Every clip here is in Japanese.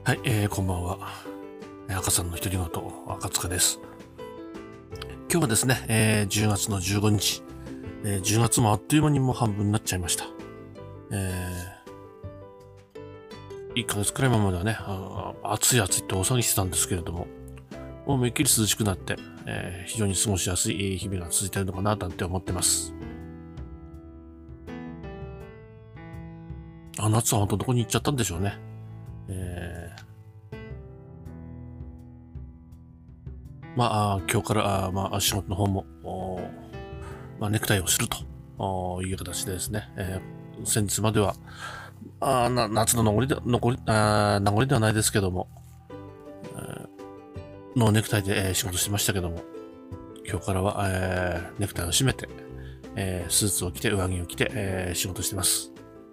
はい、こんばんは。赤さんの独り言、赤塚です。今日はですね、10月の15日、10月もあっという間にもう半分になっちゃいました。1ヶ月くらい前まではね、暑い暑いって大騒ぎしてたんですけれども、もうめっきり涼しくなって、非常に過ごしやすい日々が続いているのかななんて思ってます。夏は本当どこに行っちゃったんでしょうね。今日から、仕事の方も、ネクタイをするという形でですね、先日までは、夏の名残ではないですけども、のネクタイで、仕事してましたけども、今日からは、ネクタイを締めて、スーツを着て、上着を着て、仕事してます。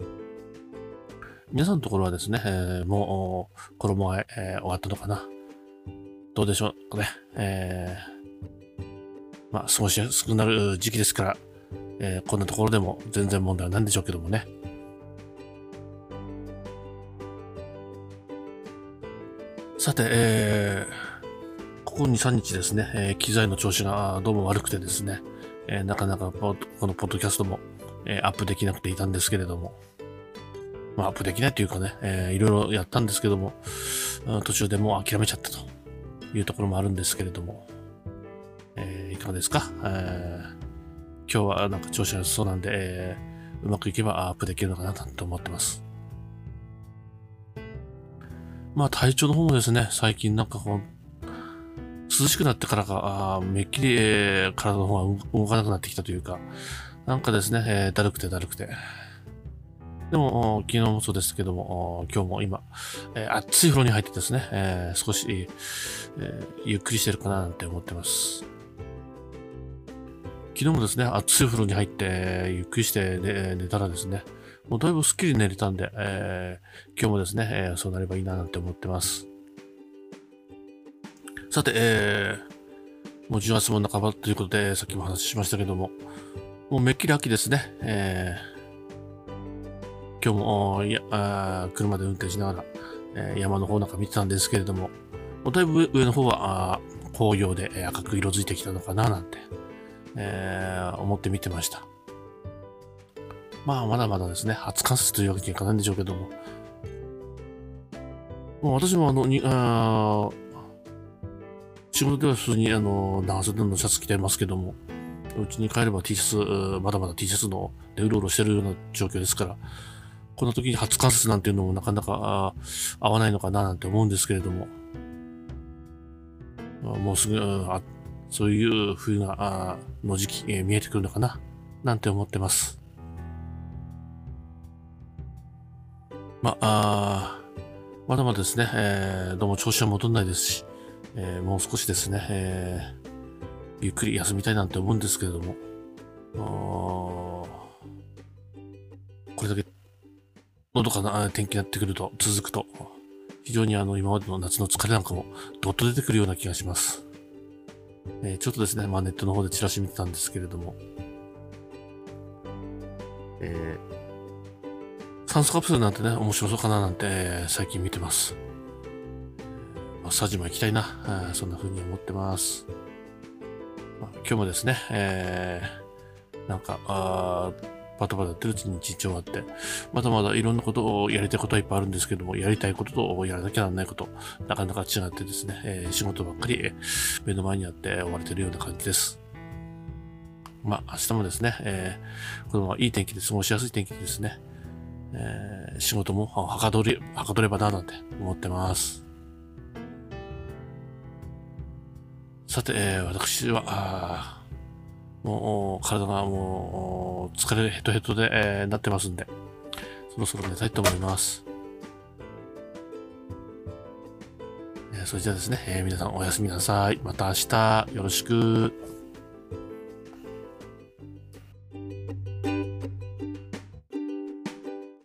皆さんのところはですね、もう、衣替え、終わったのかな。どうでしょうかね。過ごしやすくなる時期ですから、こんなところでも全然問題はないんでしょうけどもね。さて、ここ2、3日ですね、機材の調子がどうも悪くてですね、なかなかこのポッドキャストも、アップできなくていたんですけれども、アップできないというかね、いろいろやったんですけども、途中でもう諦めちゃったというところもあるんですけれども、いかがですか？今日はなんか調子が良さそうなんで、うまくいけばアップできるのかなと思ってます。体調の方もですね、最近なんか涼しくなってからか、めっきり、体の方が動かなくなってきたというか、なんかですね、だるくて。でも、昨日もそうですけども、今日も今、熱い風呂に入ってですね、少し、ゆっくりしてるかななんて思ってます。昨日もですね、熱い風呂に入って、ゆっくりして、寝たらですね、もうだいぶすっきり寝れたんで、今日もですね、そうなればいいななんて思ってます。さて、もう10月も半ばということで、さっきも話しましたけども、もうめっきり秋ですね。今日も車で運転しながら、山の方なんか見てたんですけれども、もうだいぶ上の方は紅葉で赤く色づいてきたのかななんて、思って見てました。まだまだですね、初冠雪というわけにはいかないんでしょうけども、もう私も仕事では普通に長袖のシャツ着てますけども、うちに帰れば T シャツ、まだまだ T シャツのでうろうろしてるような状況ですから、この時に初冠雪なんていうのもなかなか合わないのかななんて思うんですけれども、もうすぐ、そういう冬がの時期、見えてくるのかななんて思ってます。まだまだですね、どうも調子は戻んないですし、もう少しですね、ゆっくり休みたいなんて思うんですけれども、これだけのどかな天気になってくると、続くと、非常に今までの夏の疲れなんかもどっと出てくるような気がします。ちょっとですね、ネットの方でチラシ見てたんですけれども、酸素カプセルなんてね、面白そうかななんて、最近見てます。マッサージも行きたいな、そんな風に思ってます。今日もですね、バタバタやってるうちに一日終わって、まだまだいろんなことをやりたいことはいっぱいあるんですけども、やりたいこととやらなきゃならないこと、なかなか違ってですね、仕事ばっかり目の前にあって追われているような感じです。明日もですね、このままいい天気で過ごしやすい天気でですね、仕事もはかどればななんて思ってます。さて、私は、もう体がもう疲れヘトヘトで、なってますんで、そろそろ寝たいと思います。それじゃあですね、皆さんおやすみなさい。また明日よろしく。